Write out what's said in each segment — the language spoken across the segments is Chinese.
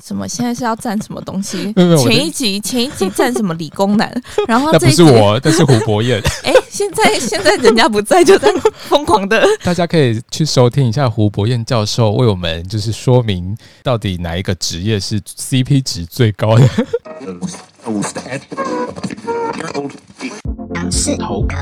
什么？现在是要站什么东西？ 没有前一集站什么理工男，然后那不是我，那是胡博彦。 现在人家不在，就在疯狂的。 大家可以去收听一下胡博彦教授为我们就是说明到底哪一个职业是 CP 值最高的。 是头壳。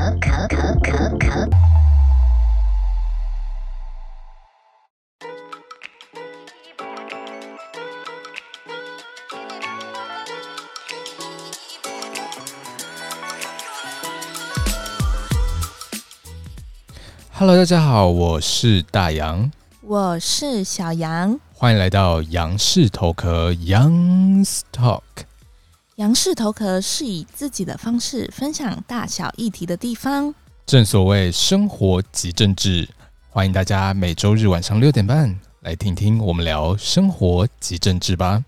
Hello， 大家好，我是大杨， 我是小杨， 欢迎来到杨氏头壳 Young's Talk。 杨氏头壳是以自己的方式分享大小议题的地方。 正所谓生活即政治，欢迎大家每周日晚上6点半来听听我们聊生活即政治吧。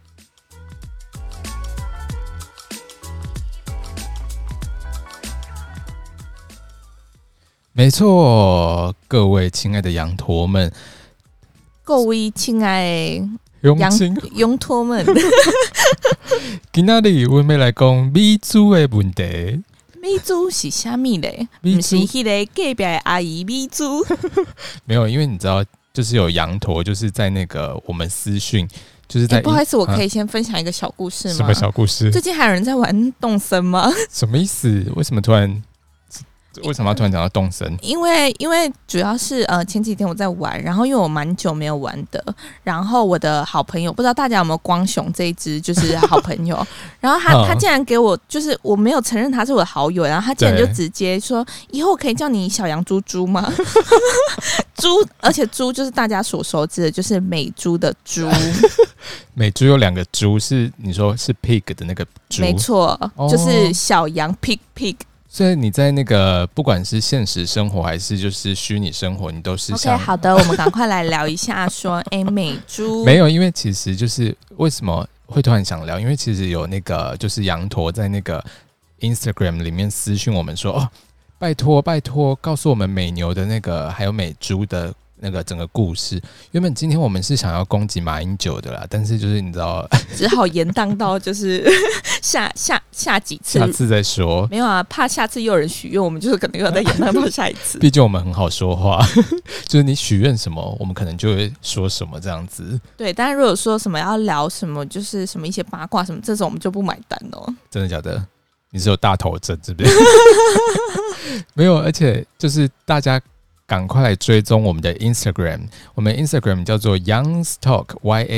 没错，各位亲爱的羊驼们， 各位亲爱的羊驼们， 今天我们来讲美猪的问题。 美猪是什么嘞？不是那个隔壁的阿姨美猪。 没有，因为你知道，就是有羊驼，就是在那个我们私讯，就是在、 不好意思，我可以先分享一个小故事吗？ 什么小故事？ 最近还有人在玩动森吗？ 什么意思？为什么要突然讲到动森？ 因为主要是前几天我在玩，然后因为我蛮久没有玩的，然后我的好朋友不知道大家有没有光雄这一只就是好朋友，然后他竟然给我就是我没有承认他是我的好友，然后他竟然就直接说以后可以叫你小羊猪猪吗？猪，而且猪就是大家所熟知的就是美猪的猪。 美猪有2个猪，是你说是 pig 的那个猪？ 没错，就是小羊 pig。 所以你在那个不管是现实生活还是就是虚拟生活，你都是像 OK 好的，我们赶快来聊一下说，美猪没有，因为其实就是为什么会突然想聊，因为其实有那个就是羊驼在那个 Instagram 里面私讯我们说，哦，拜托，告诉我们美牛的那个还有美猪的那个整个故事。原本今天我们是想要攻击马英九的啦，但是就是你知道， 只好延宕到就是下几次， 下次再说。 没有啊，怕下次又有人许愿，我们就是可能又要再延宕到下一次。 毕竟我们很好说话，就是你许愿什么，我们可能就会说什么这样子。 对，但是如果说什么要聊什么，就是什么一些八卦什么这种，我们就不买单哦。 真的假的？你是有大头症是不是？没有，而且就是大家赶快来追踪我们的 Instagram， 我们 Instagram 叫做 Young's Talk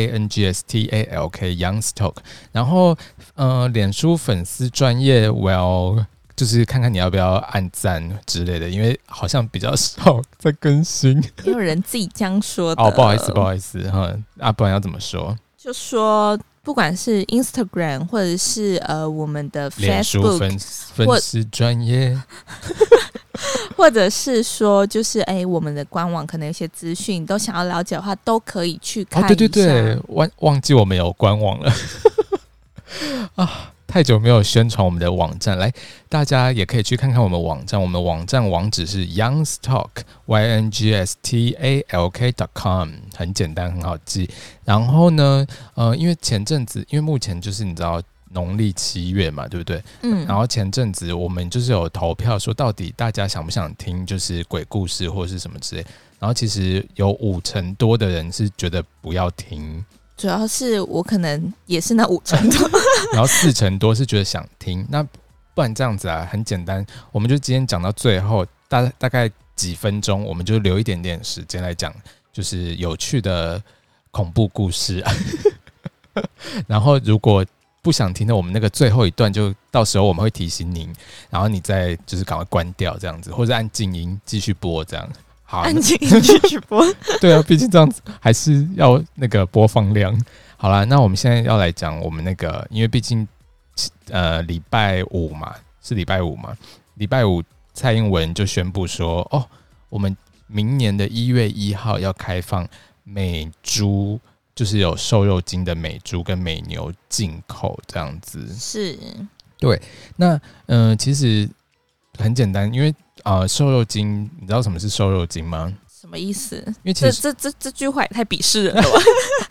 YANGSTALK Young's Talk， 然后脸书粉丝专页 Well 就是看看你要不要按赞之类的，因为好像比较少在更新。 也有人自己这样说的。 哦，不好意思不然要怎么说？ 就说不管是 Instagram 或者是我们的 Facebook 脸书粉丝专页。 或者是说，就是我们的官网可能有些资讯都想要了解的话，都可以去看一下。 对，忘记我们有官网了啊！太久没有宣传我们的网站，来，大家也可以去看看我们网站。我们网站网址是 youngstalk youngstalk.com， 很简单，很好记。然后呢，因为目前就是你知道。农历7月嘛，对不对？然后前阵子我们就是有投票说，到底大家想不想听就是鬼故事或者是什么之类。然后其实有50%多的人是觉得不要听， 主要是我可能也是那50%多， 然后4%多是觉得想听。那不然这样子啊，很简单，我们就今天讲到最后，大概几分钟，我们就留一点点时间来讲，就是有趣的恐怖故事。然后如果不想听的，我们那个最后一段就到时候我们会提醒您，然后你再就是赶快关掉这样子，或者按静音继续播这样。好， 按静音继续播。对啊，毕竟这样子还是要那个播放量。好啦，那我们现在要来讲我们那个，因为毕竟礼拜五嘛，礼拜五蔡英文就宣布说，哦，我们明年的1月1号要开放美猪。就是有瘦肉精的美猪跟美牛进口这样子， 是， 对。那其实很简单，因为瘦肉精，你知道什么是瘦肉精吗？ 什么意思？ 因为其实这句话也太鄙视人了吧？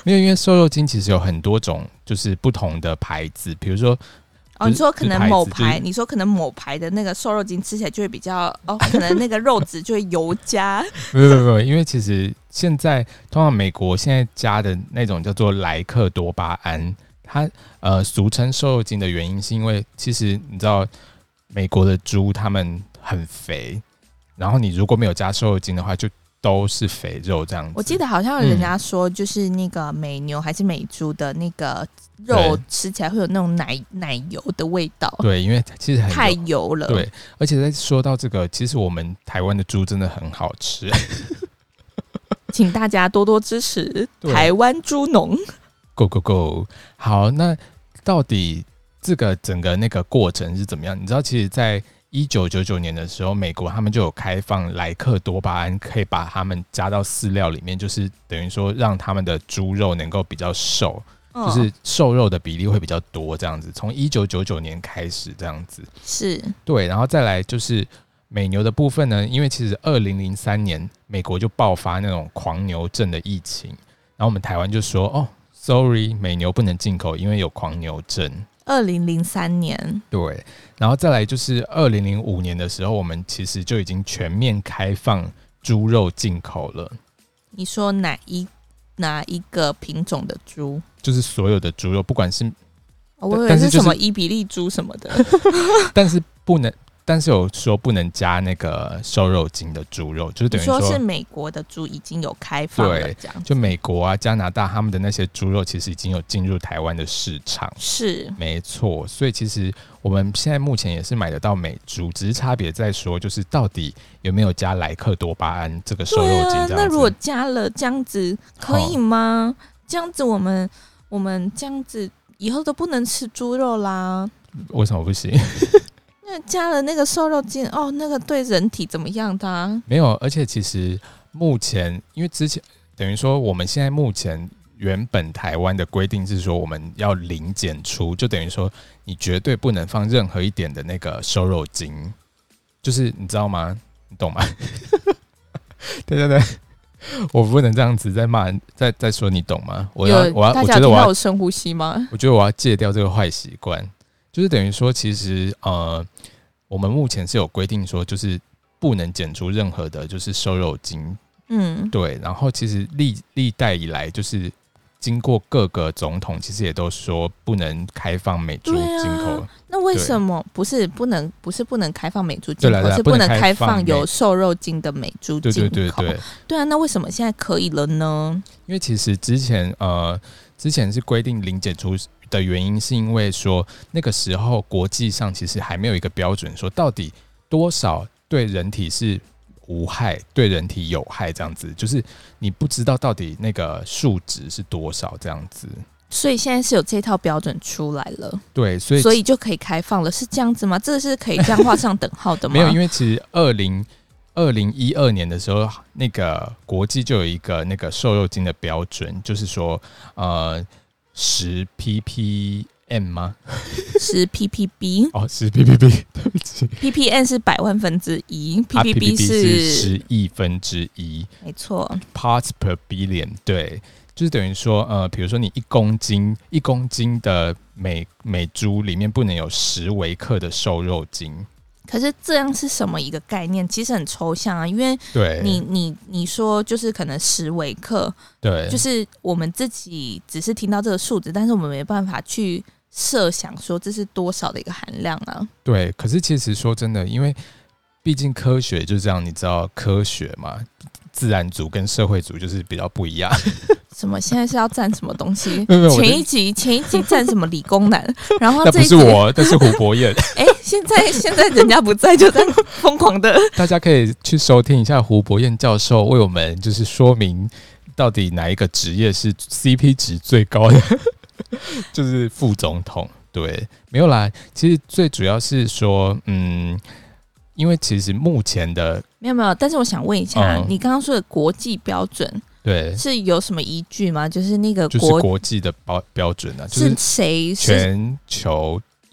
因为瘦肉精其实有很多种，就是不同的牌子，比如说。 你说可能某牌， 就是、 你说可能某牌的那个瘦肉精吃起来就会比较可能那个肉质就会油加。 没有，因为其实现在通常美国现在加的那种叫做莱克多巴胺，它俗称瘦肉精的原因是因为其实你知道美国的猪它们很肥，然后你如果没有加瘦肉精的话，就都是肥肉这样子。 我记得好像人家说，就是那个美牛还是美猪的那个肉吃起来会有那种奶油的味道。 对，因为其实太油了。 对，而且在说到这个，其实我们台湾的猪真的很好吃。 请大家多多支持台湾猪农。 Go go go！ 好，那到底这个整个那个过程是怎么样？你知道，其实，在1999年的时候，美国他们就有开放莱克多巴胺，可以把它们加到饲料里面，就是等于说让他们的猪肉能够比较瘦，就是瘦肉的比例会比较多，这样子。从1999年开始这样子， 是对，然后再来就是美牛的部分呢，因为其实2003年美国就爆发那种狂牛症的疫情，然后我们台湾就说sorry， 美牛不能进口，因为有狂牛症。 2003年， 对，然后再来就是2005年的时候，我们其实就已经全面开放猪肉进口了。 你说哪一个品种的猪？ 就是所有的猪肉，不管是我以为是什么伊比利猪什么的， 但是有说不能加那个瘦肉精的猪肉，就是等于说是美国的猪已经有开放了，这样就美国啊、加拿大他们的那些猪肉其实已经有进入台湾的市场， 是没错。所以其实我们现在目前也是买得到美猪，只是差别在说，就是到底有没有加莱克多巴胺这个瘦肉精这样子。 那如果加了这样子可以吗？这样子我们这样子以后都不能吃猪肉啦？ 为什么不行？ 那加了那个瘦肉精那个对人体怎么样的啊？ 没有，而且其实目前因为之前等于说我们现在目前原本台湾的规定是说我们要零检出，就等于说你绝对不能放任何一点的那个瘦肉精，就是你知道吗？你懂吗？对，我不能这样子在骂再说，你懂吗？ 大家听到我深呼吸吗？ 我觉得我要戒掉这个坏习惯。就是等于说，其实我们目前是有规定说，就是不能检出任何的，就是瘦肉精。对。然后其实历代以来，就是经过各个总统，其实也都说不能开放美猪进口。 那为什么不是不能开放美猪进口，是不能开放有瘦肉精的美猪进口？对啊，那为什么现在可以了呢？ 因为其实之前是规定零检出的原因，是因为说那个时候国际上其实还没有一个标准，说到底多少对人体是无害，对人体有害，这样子，就是你不知道到底那个数值是多少这样子。 所以现在是有这套标准出来了， 对， 所以就可以开放了，是这样子吗？这是可以这样画上等号的吗？ 没有，因为其实2012年的时候，那个国际就有一个那个瘦肉精的标准，就是说10 ppm 吗 ？10 ppb 10 ppb， 对不起 ，ppm 是100万分之一 ，ppb 是10亿分之一， 没错 ，parts per billion， 对，就是等于说比如说你1公斤的美猪里面不能有10微克的瘦肉精。 可是这样是什么一个概念？其实很抽象啊，因为你说就是可能10微克， 对， 就是我们自己只是听到这个数字，但是我们没办法去设想说这是多少的一个含量啊。 对，可是其实说真的，因为毕竟科学就这样，你知道科学嘛，自然组跟社会组就是比较不一样。 什么？现在是要站什么东西？前一集站什么理工男，然后那不是我，那是胡博彦。 现在人家不在，就在疯狂的。 大家可以去收听一下胡博彦教授为我们就是说明到底哪一个职业是 CP 值最高的，就是副总统。对，没有啦，其实最主要是说，因为其实目前的没有，但是我想问一下，你刚刚说的国际标准， 对， 是有什么依据吗？就是那个就是国际的标准啊，就是谁全球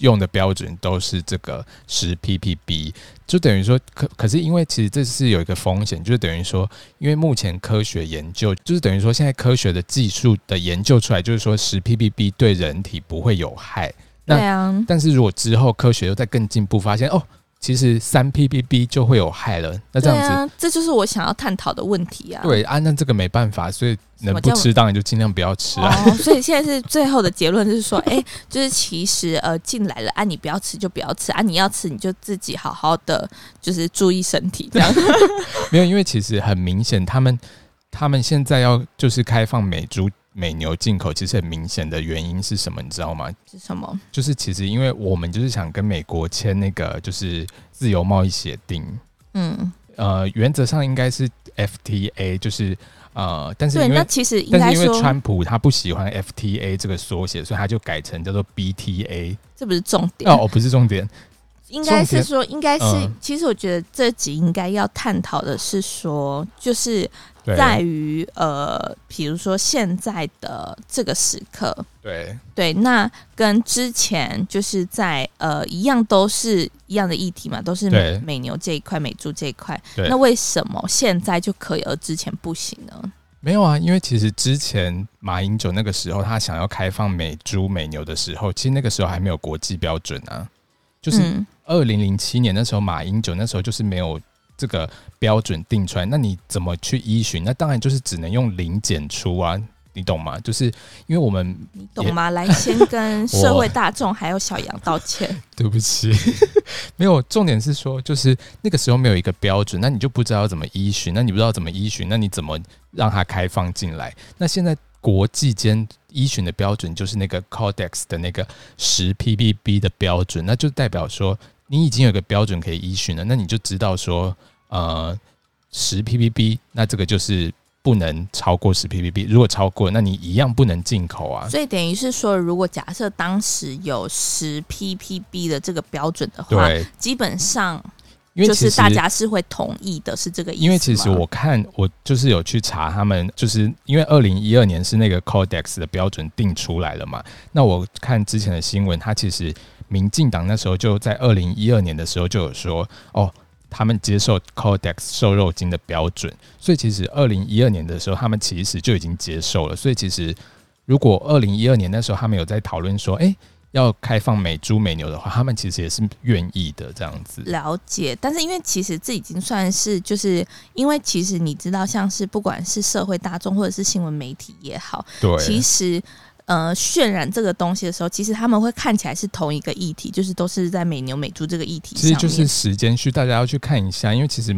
用的标准都是这个10ppb， 就等于说可是因为其实这是有一个风险，就是等于说因为目前科学研究就是等于说现在科学的技术的研究出来，就是说10ppb 对人体不会有害。那对啊， 但是如果之后科学又再更进步，发现其实3ppb 就会有害了，那这样子， 对啊，这就是我想要探讨的问题啊。 对啊，那这个没办法，所以能不吃当然就尽量不要吃啊。 所以现在是最后的结论就是说，就是其实进来了啊，你不要吃就不要吃啊，你要吃你就自己好好的就是注意身体这样。 没有，因为其实很明显，他们现在要就是开放美猪美牛进口，其实很明显的原因是什么？你知道吗？ 是什么？ 就是其实因为我们就是想跟美国签那个就是自由贸易协定，原则上应该是 FTA， 就是但是因为对，那其实应该说， 但是因为川普他不喜欢 FTA 这个缩写，所以他就改成叫做 BTA。 这不是重点不是重点。 应该是说，应该是，其实我觉得这集应该要探讨的是说，就是在于比如说现在的这个时刻，对，那跟之前就是在一样都是一样的议题嘛，都是美牛这一块、美猪这一块，那为什么现在就可以，而之前不行呢？ 没有啊，因为其实之前马英九那个时候他想要开放美猪美牛的时候，其实那个时候还没有国际标准啊，就是2007年那时候马英九那时候就是没有这个标准定出来，那你怎么去依循？那当然就是只能用零检出啊，你懂吗？就是因为我们你懂吗？来先跟社会大众还有小杨道歉。 对不起，没有，重点是说就是那个时候没有一个标准，那你就不知道怎么依循，那你不知道怎么依循，那你怎么让它开放进来？那现在国际间依循的标准就是那个 Codex 的那个10ppb 的标准，那就代表说你已经有一个标准可以依循了，那你就知道说10ppb 那这个就是不能超过10ppb， 如果超过那你一样不能进口啊。所以等于是说，如果假设当时有10ppb 的这个标准的话，基本上就是大家是会同意的，是这个意思吗？ 因为其实我就是有去查他们，就是因为2012年是那个 Codex 的标准定出来了嘛，那我看之前的新闻，他其实民进党那时候就在2012年的时候就有说他们接受 Codex 瘦肉精的标准，所以其实2012年的时候他们其实就已经接受了，所以其实如果2012年那时候他们有在讨论说要开放美猪美牛的话，他们其实也是愿意的这样子。 了解，但是因为其实这已经算是就是因为其实你知道，像是不管是社会大众或者是新闻媒体也好， 对， 其实渲染这个东西的时候，其实他们会看起来是同一个议题，就是都是在美牛美猪这个议题上面。 其实就是时间序，大家要去看一下，因为其实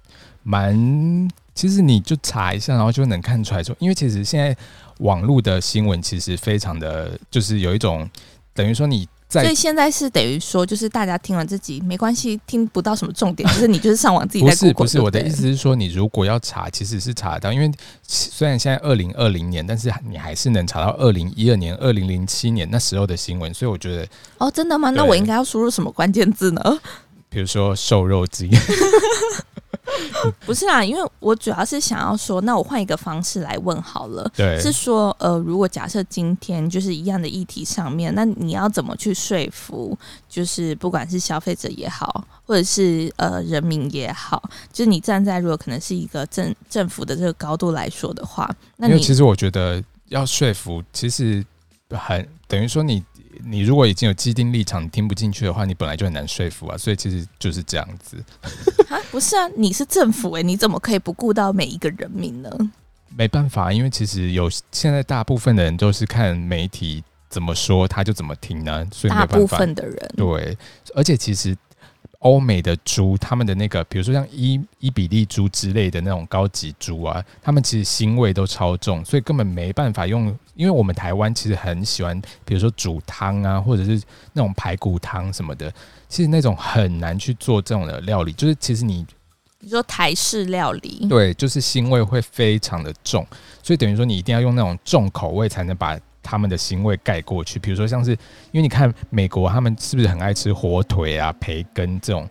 其实你就查一下，然后就能看出来说，因为其实现在网络的新闻其实非常的，就是有一种等于说你在， 所以现在是等于说，就是大家听完这集没关系，听不到什么重点，就是你就是上网自己在 Google。 不是，我的意思是说，你如果要查，其实是查得到，因为虽然现在2020年，但是你还是能查到2012年、2007年那时候的新闻，所以我觉得真的吗？那我应该要输入什么关键字呢？ 比如说瘦肉精。 不是啦，因为我主要是想要说，那我换一个方式来问好了。 对， 是说如果假设今天就是一样的议题上面，那你要怎么去说服，就是不管是消费者也好，或者是人民也好，就是你站在如果可能是一个政府的这个高度来说的话，那你其实我觉得要说服，其实很等于说你如果已经有既定立场，你听不进去的话，你本来就很难说服啊，所以其实就是这样子。 不是啊，你是政府你怎么可以不顾到每一个人民呢？ 没办法，因为其实现在大部分的人都是看媒体怎么说，他就怎么听呢，所以没办法。大部分的人对，而且其实欧美的猪，他们的那个，比如说像伊比利猪之类的那种高级猪啊，他们其实腥味都超重，所以根本没办法用。因为我们台湾其实很喜欢，比如说煮汤啊，或者是那种排骨汤什么的，其实那种很难去做这种的料理。就是其实你说台式料理， 对，就是腥味会非常的重，所以等于说你一定要用那种重口味才能把他们的腥味盖过去。比如说像是，因为你看美国他们是不是很爱吃火腿啊、培根这种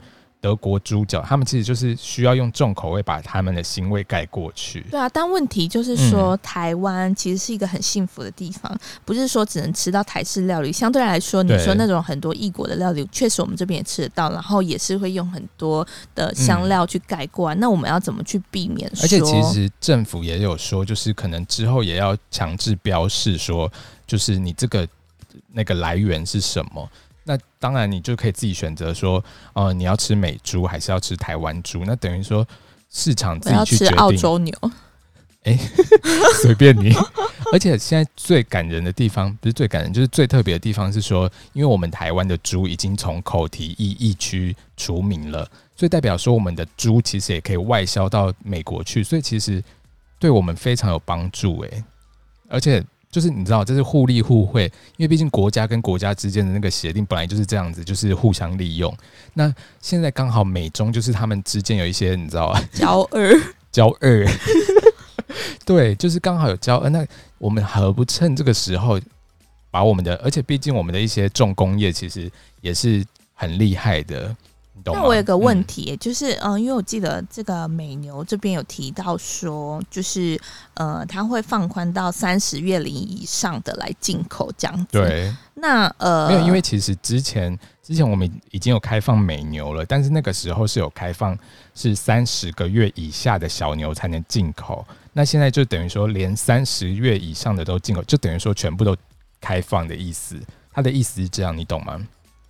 德国猪脚，他们其实就是需要用重口味把他们的腥味盖过去。 对啊，但问题就是说，台湾其实是一个很幸福的地方，不是说只能吃到台式料理。相对来说，你说那种很多异国的料理，确实我们这边也吃得到，然后也是会用很多的香料去盖过啊。那我们要怎么去避免说？ 而且其实政府也有说，就是可能之后也要强制标示说，就是你这个那个来源是什么。那当然，你就可以自己选择说，你要吃美猪还是要吃台湾猪？那等于说市场自己去决定。 我要吃澳洲牛， 随便你。而且现在最感人的地方，不是最感人，就是最特别的地方是说，因为我们台湾的猪已经从口蹄疫疫区除名了，所以代表说我们的猪其实也可以外销到美国去，所以其实对我们非常有帮助而且。就是你知道，这是互利互惠，因为毕竟国家跟国家之间的那个协定本来就是这样子，就是互相利用。那现在刚好美中就是他们之间有一些你知道交恶，对，就是刚好有交恶。那我们何不趁这个时候把我们的，而且毕竟我们的一些重工业其实也是很厉害的。 那我有个问题，就是因为我记得这个美牛这边有提到说，就是它会放宽到30月龄以上的来进口这样子。 对， 那没有，因为其实之前我们已经有开放美牛了，但是那个时候是有开放是30个月以下的小牛才能进口。那现在就等于说连30月以上的都进口，就等于说全部都开放的意思。它的意思是这样，你懂吗？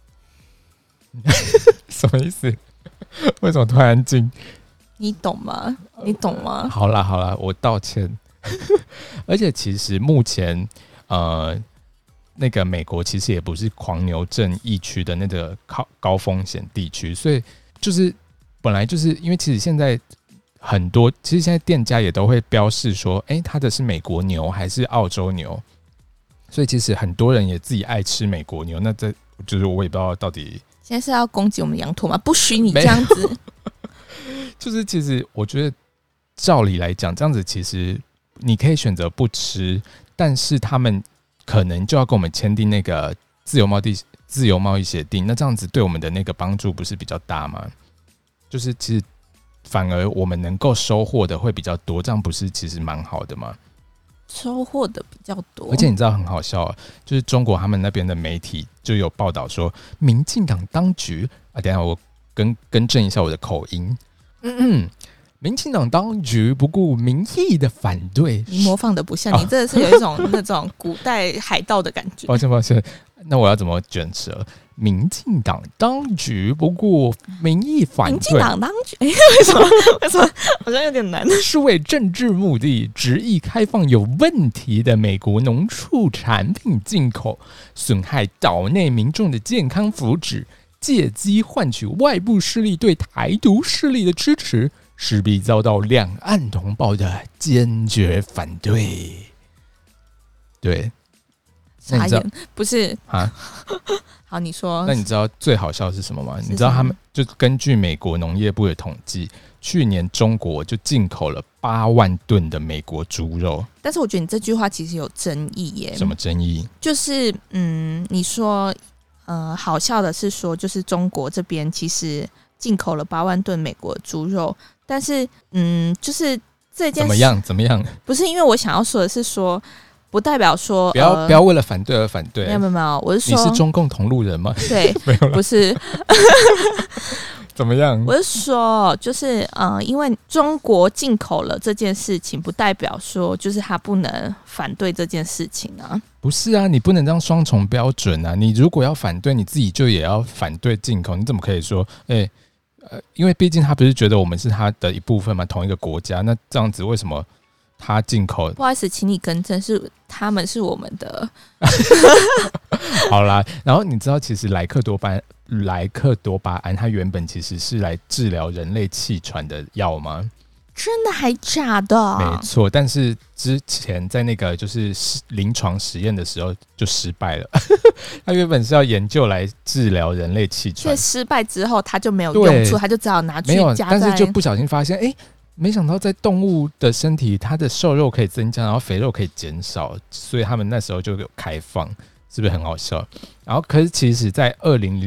什么意思？为什么突然安静？ 你懂吗？你懂吗？ 好啦，我道歉。而且其实目前那个美国其实也不是狂牛症疫区的那个高风险地区，所以就是本来就是因为其实现在很多，其实现在店家也都会标示说，它的是美国牛还是澳洲牛，所以其实很多人也自己爱吃美国牛。那这就是我也不知道到底。 现在是要攻击我们羊驼吗？不许你这样子。 就是其实我觉得照理来讲，这样子其实你可以选择不吃，但是他们可能就要跟我们签订那个自由贸易协定，那这样子对我们的那个帮助不是比较大吗？就是其实反而我们能够收获的会比较多，这样不是其实蛮好的吗？ 收获的比较多， 而且你知道很好笑啊，就是中国他们那边的媒体就有报道说，民进党当局啊，等一下我更正一下我的口音，民进党当局不顾民意的反对， 你模仿的不像，你真的是有一种那种古代海盗的感觉。 抱歉，那我要怎么卷舌？民进党当局不顾民意反对， 民进党当局，为什么好像有点难？ 是为政治目的执意开放有问题的美国农畜产品进口，损害岛内民众的健康福祉，借机换取外部势力对台独势力的支持，势必遭到两岸同胞的坚决反对。对， 傻眼，不是啊？ 好，你说。 那你知道最好笑的是什么吗？你知道他们就根据美国农业部的统计，去年中国就进口了8万吨的美国猪肉。 但是我觉得你这句话其实有争议耶。 什么争议？就是你说好笑的是说，就是中国这边其实进口了8万吨美国猪肉，但是就是这件事怎么样？ 不是，因为我想要说的是说。不代表说不要为了反对而反对。 没有，我是说你是中共同路人吗？ 对， 没有啦， 不是。 怎么样？ 我是说，就是因为中国进口了这件事情，不代表说就是他不能反对这件事情啊。 不是啊，你不能这样双重标准啊！你如果要反对，你自己就也要反对进口，你怎么可以说因为毕竟他不是觉得我们是他的一部分嘛，同一个国家，那这样子为什么？他进口， 不好意思，请你更正，是他们是我们的。 好啦，然后你知道，其实莱克多巴胺，它原本其实是来治疗人类气喘的药吗？ 真的还假的？ 没错，但是之前在那个就是临床实验的时候就失败了。他原本是要研究来治疗人类气喘， 所以失败之后他就没有用处，他就只好拿去加在， 但是就不小心发现，没想到在动物的身体，它的瘦肉可以增加，然后肥肉可以减少，所以他们那时候就有开放，是不是很好笑？然后可是其实在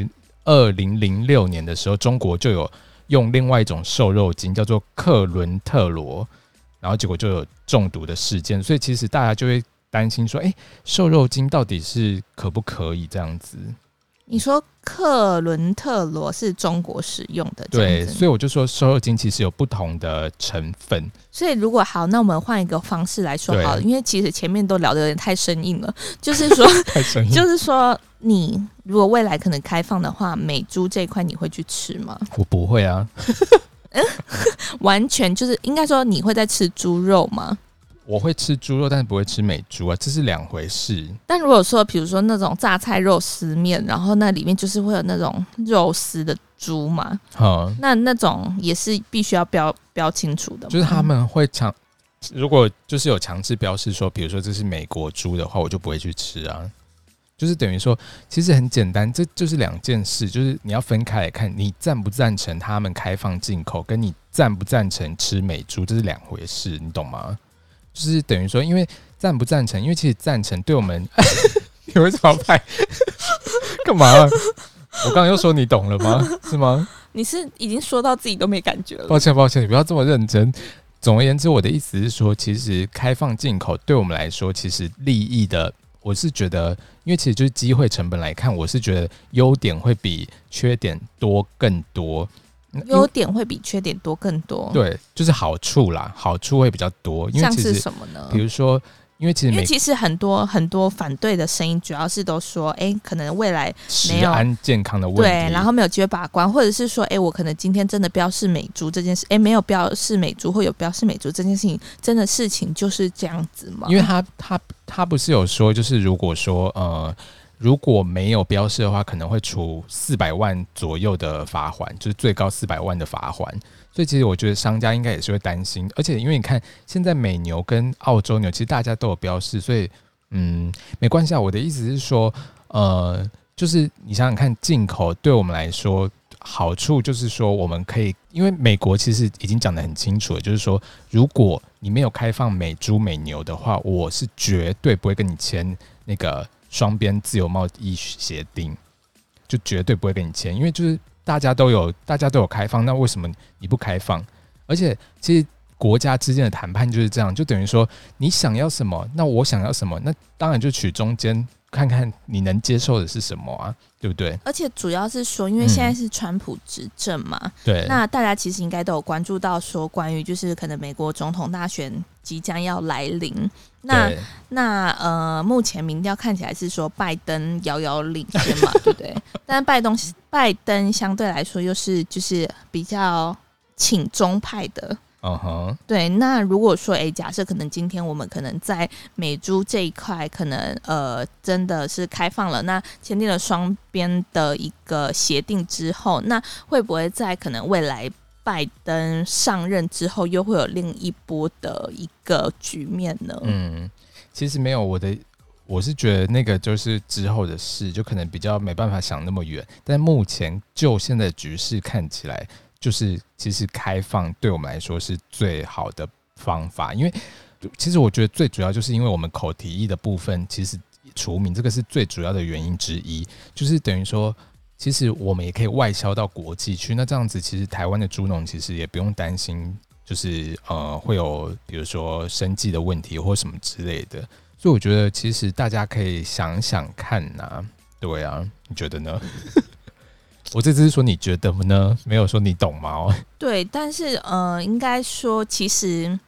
2006年的时候，中国就有用另外一种瘦肉精叫做克伦特罗，然后结果就有中毒的事件，所以其实大家就会担心说，瘦肉精到底是可不可以这样子？ 你说克伦特罗是中国使用的， 对，所以我就说瘦肉精其实有不同的成分。 所以如果好，那我们换一个方式来说好了，因为其实前面都聊得有点太生硬了，就是说， 太生硬， 就是说，你如果未来可能开放的话，美猪这一块你会去吃吗？ 我不会啊。 完全就是应该说你会在吃猪肉吗？ 我会吃猪肉，但是不会吃美猪啊，这是两回事。 但如果说比如说那种榨菜肉丝面，然后那里面就是会有那种肉丝的猪嘛，那种也是必须要标清楚的吗？ 就是他们会如果就是有强制标示说，比如说这是美国猪的话，我就不会去吃啊。就是等于说，其实很简单，这就是两件事，就是你要分开来看，你赞不赞成他们开放进口，跟你赞不赞成吃美猪，这是两回事，你懂吗？就是等于说，因为赞不赞成，因为其实赞成对我们，你为什么要拍？干嘛？我刚刚又说你懂了吗？是吗？ 你是已经说到自己都没感觉了。 抱歉，你不要这么认真。总而言之，我的意思是说，其实开放进口对我们来说，其实利益的，我是觉得，因为其实就是机会成本来看，我是觉得优点会比缺点多更多。 优点会比缺点多更多， 对，就是好处啦，好处会比较多。因为其实像是什么呢？ 比如说，因为其实很多反对的声音，主要是都说，可能未来没有食安健康的问题， 对，然后没有机会把关，或者是说，我可能今天真的标示美猪这件事，没有标示美猪或有标示美猪这件事情，真的事情就是这样子吗？ 因为他不是有说，就是如果说如果没有标示的话，可能会处400万左右的罚款，就是最高400万的罚款。所以其实我觉得商家应该也是会担心，而且因为你看现在美牛跟澳洲牛其实大家都有标示，所以没关系啊。我的意思是说，就是你想想看，进口对我们来说好处就是说，我们可以，因为美国其实已经讲得很清楚了，就是说，如果你没有开放美猪美牛的话，我是绝对不会跟你签那个双边自由贸易协定，就绝对不会跟你签，因为就是大家都有开放，那为什么你不开放？而且其实国家之间的谈判就是这样，就等于说你想要什么，那我想要什么，那当然就取中间，看看你能接受的是什么啊，对不对？ 而且主要是说，因为现在是川普执政嘛， 对， 那大家其实应该都有关注到说，关于就是可能美国总统大选即将要来临，那目前民调看起来是说拜登遥遥领先嘛，对不对？但拜登相对来说又是就是比较亲中派的。对，那如果说假设可能今天我们可能在美猪这一块可能真的是开放了，那签订了双边的一个协定之后，那会不会在可能未来拜登上任之后又会有另一波的一个局面呢？ 其实没有，我是觉得那个就是之后的事，就可能比较没办法想那么远，但目前就现在的局势看起来，就是其实开放对我们来说是最好的方法，因为其实我觉得最主要就是因为我们口蹄疫的部分其实除名，这个是最主要的原因之一，就是等于说其实我们也可以外销到国际去，那这样子其实台湾的猪农其实也不用担心就是会有比如说生计的问题或什么之类的，所以我觉得其实大家可以想想看啊，对啊，你觉得呢？我这次是说你觉得呢，没有说你懂吗？ 对，但是应该说其实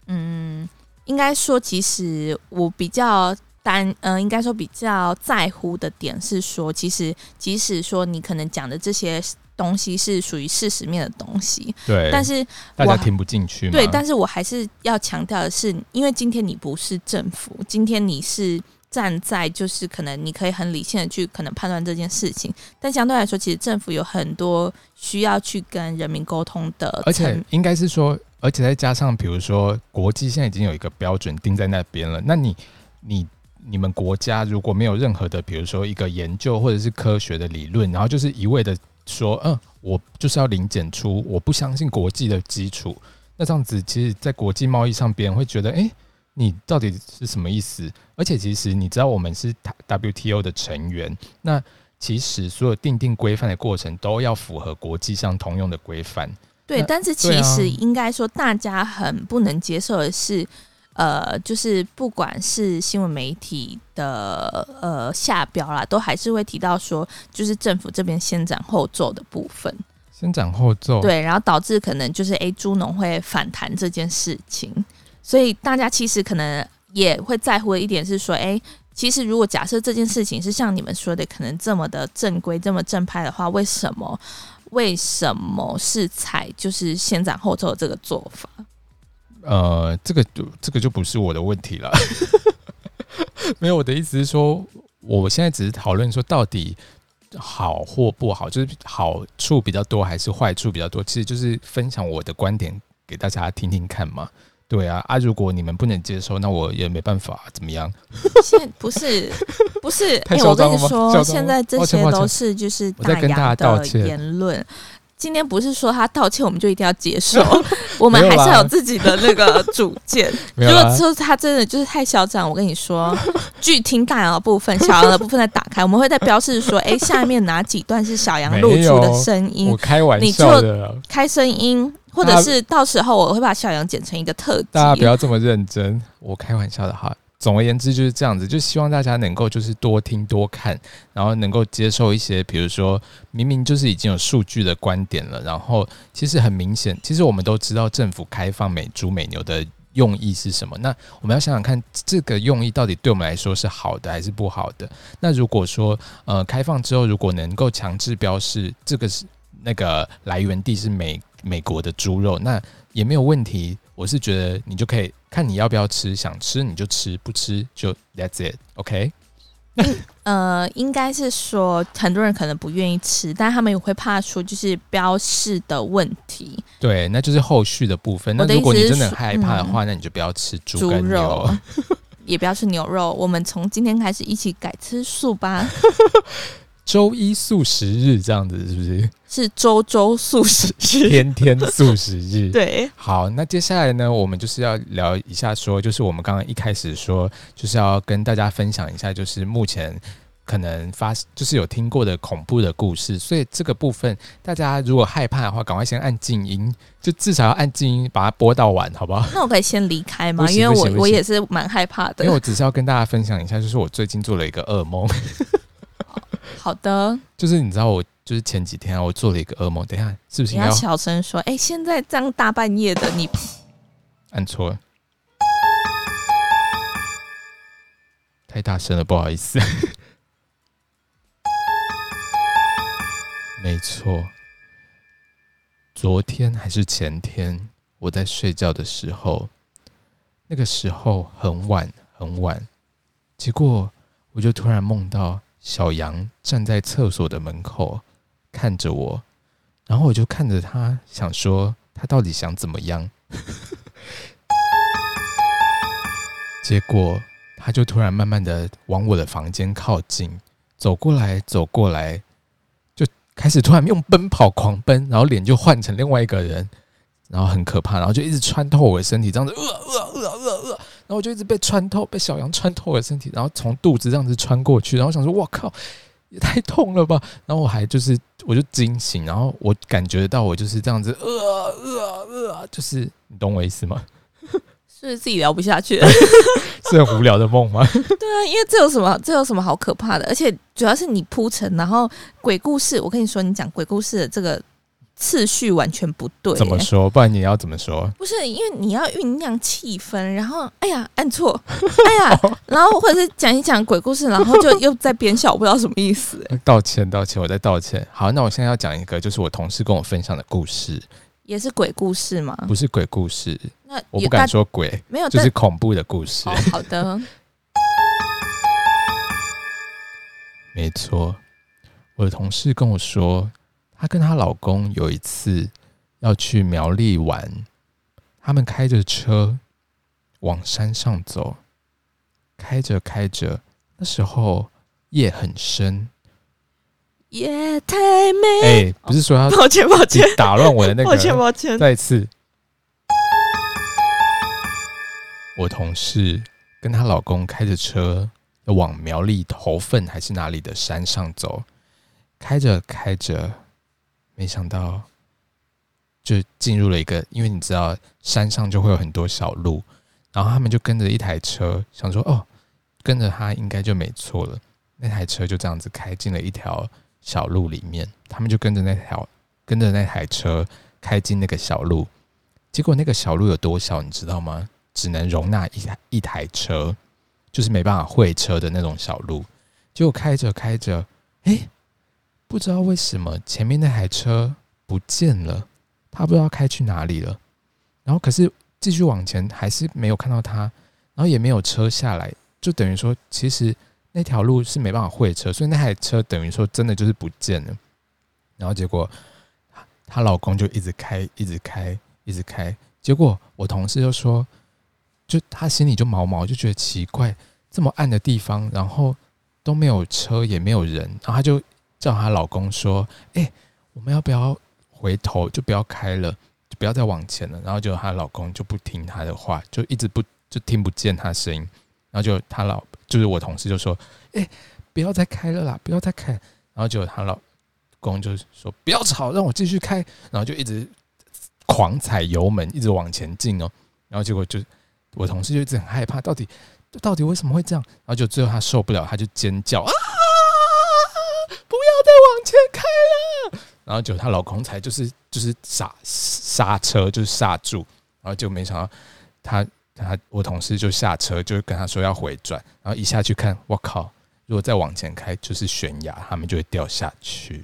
我比较应该说比较在乎的点是说，其实即使说你可能讲的这些东西是属于事实面的东西， 对， 但是大家听不进去嘛。 对，但是我还是要强调的是，因为今天你不是政府，今天你是站在就是可能你可以很理性的去可能判断这件事情，但相对来说，其实政府有很多需要去跟人民沟通的， 而且应该是说，而且再加上比如说国际现在已经有一个标准定在那边了，那你们国家如果没有任何的比如说一个研究或者是科学的理论，然后就是一味的说我就是要零检出，我不相信国际的基础，那这样子其实在国际贸易上别人会觉得你到底是什么意思？而且其实你知道我们是 WTO 的成员，那其实所有定规范的过程都要符合国际上通用的规范。 对，但是其实应该说大家很不能接受的是就是不管是新闻媒体的下标啦，都还是会提到说就是政府这边先斩后奏的部分， 先斩后奏， 对，然后导致可能就是猪农会反弹这件事情，所以大家其实可能也会在乎的一点是说，其实如果假设这件事情是像你们说的可能这么的正规这么正派的话，为什么是采就是先斩后奏的这个做法？ 这个就不是我的问题了。没有，我的意思是说，我现在只是讨论说到底好或不好，就是好处比较多还是坏处比较多，其实就是分享我的观点给大家听听看嘛。对啊，如果你们不能接受，那我也没办法，怎么样？ 不是， 我跟你说，现在这些都是就是大洋的言论。今天不是说他道歉我们就一定要接受，我们还是要有自己的那个主见。如果说他真的就是太嚣张，我跟你说，据听大洋的部分，小洋的部分再打开，我们会再标示说，下面哪几段是小洋露出的声音， 我开玩笑的， 你就开声音，或者是到时候我会把小洋剪成一个特辑。 大家不要这么认真，我开玩笑的哈。总而言之就是这样子，就希望大家能够就是多听多看，然后能够接受一些比如说明明就是已经有数据的观点了，然后其实很明显，其实我们都知道政府开放美猪美牛的用意是什么，那我们要想想看这个用意到底对我们来说是好的还是不好的。那如果说开放之后如果能够强制标示这个是那个来源地是美国的猪肉，那也没有问题。我是觉得你就可以看你要不要吃，想吃你就吃，不吃就 that's it，OK？ 应该是说很多人可能不愿意吃，但他们也会怕说就是标示的问题。 对，那就是后续的部分。那如果你真的很害怕的话，那你就不要吃猪跟牛， 也不要吃牛肉。我们从今天开始一起改吃素吧。 周一素食日这样子是不是？ 是周素食日， 天素食日。 对， 好，那接下来呢，我们就是要聊一下说，就是我们刚刚一开始说，就是要跟大家分享一下，就是目前可能就是有听过的恐怖的故事，所以这个部分大家如果害怕的话，赶快先按静音，就至少要按静音把它播到完，好不好？ 那我可以先离开吗？因为我也是蛮害怕的。 因为我只是要跟大家分享一下，就是我最近做了一个噩梦。 好的， 就是你知道我就是前几天我做了一个噩梦，等一下是不是你要小声说？现在这样大半夜的，你按错了，太大声了，不好意思。没错，昨天还是前天，我在睡觉的时候，那个时候很晚，结果我就突然梦到小羊站在厕所的门口看着我，然后我就看着他，想说他到底想怎么样。结果他就突然慢慢的往我的房间靠近，走过来，就开始突然用奔跑狂奔，然后脸就换成另外一个人，然后很可怕，然后就一直穿透我的身体，这样子然后我就一直被小羊穿透我的身体，然后从肚子这样子穿过去，然后我想说哇靠，也太痛了吧，然后我就惊醒，然后我感觉到我就是这样子就是你懂我意思吗？ 是自己聊不下去是很无聊的梦吗？ 对啊，因为这有什么好可怕的？而且主要是你铺陈，然后鬼故事，我跟你说，你讲鬼故事的这个次序完全不对。 怎么说？不然你要怎么说？ 不是，因为你要酝酿气氛，然后哎呀按错，哎呀，然后或者是讲一讲鬼故事，然后就又在编笑，我不知道什么意思。 道歉，我在道歉。好，那我现在要讲一个，就是我同事跟我分享的故事。 也是鬼故事吗？ 不是鬼故事， 那我不敢说鬼， 没有， 就是恐怖的故事。 好的， 没错。我的同事跟我说，她跟她老公有一次要去苗栗玩，他们开着车往山上走，开着，那时候夜很深。 夜太美， 不是说他抱歉打乱我的那个， 抱歉， 再一次。我同事跟她老公开着车要往苗栗头份还是哪里的山上走， 开着开着，没想到就进入了一个，因为你知道山上就会有很多小路，然后他们就跟着一台车，想说哦，跟着他应该就没错了。那台车就这样子开进了一条小路里面，他们就跟着那台车开进那个小路。结果那个小路有多小，你知道吗？只能容纳一台车，就是没办法会车的那种小路。结果开着开着，不知道为什么前面那台车不见了，他不知道开去哪里了。然后可是继续往前，还是没有看到他，然后也没有车下来，就等于说其实那条路是没办法会车，所以那台车等于说真的就是不见了。然后结果她老公就一直开，一直开，一直开。结果我同事就说，就他心里就毛毛，就觉得奇怪，这么暗的地方，然后都没有车，也没有人，然后他就叫她老公说：“我们要不要回头，就不要开了，就不要再往前了？”然后就她老公就不听她的话，就一直就听不见她声音。然后就是我同事就说：“不要再开了啦，不要再开。”然后就她老公就说：“不要吵，让我继续开。”然后就一直狂踩油门，一直往前进哦。然后结果就我同事就一直很害怕，到底为什么会这样？然后就最后他受不了，他就尖叫啊！不要再往前开了。然后就她老公才就是刹车，就是刹住。然后就没想到我同事就下车，就跟他说要回转。然后一下去看，我靠！如果再往前开就是悬崖，他们就会掉下去。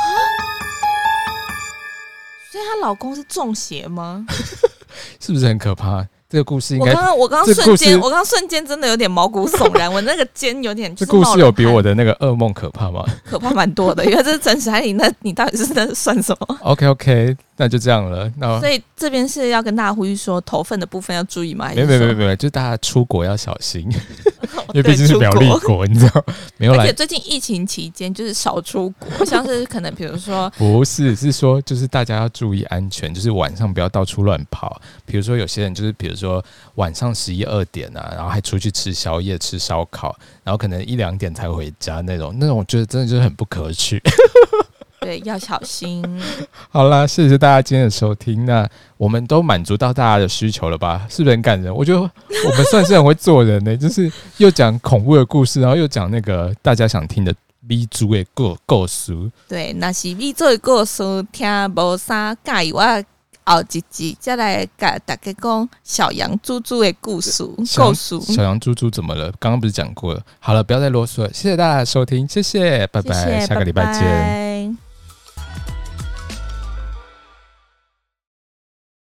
所以她老公是中邪吗？ 是不是很可怕？这个故事应该…… 我刚瞬间真的有点毛骨悚然，我那个肩有点。 这故事有比我的那个噩梦可怕吗？ 可怕蛮多的，因为这是真实。那你到底是在算什么 ？OK， 那就这样了。 所以这边是要跟大家呼吁说，头份的部分要注意吗？ 没有，就是大家出国要小心。因为毕竟是苗栗国，你知道没有来。 而且最近疫情期间就是少出国，像是可能比如说不是说就是大家要注意安全，就是晚上不要到处乱跑。比如说有些人就是比如说晚上11、2点啊，然后还出去吃宵夜、吃烧烤，然后可能1、2点才回家那种，我觉得真的就是很不可取。 对，要小心。 好啦，谢谢大家今天的收听。那我们都满足到大家的需求了吧？是不是很感人？我觉得我们算是很会做人呢、就是又讲恐怖的故事，然后又讲那个大家想听的美珠的故事。 对，那是美珠的故事，听无啥介意我后一集再来跟大家讲小羊猪猪的故事。 小羊猪猪怎么了？刚刚不是讲过了？好了，不要再啰嗦了。谢谢大家的收听，谢谢，拜拜，下个礼拜见。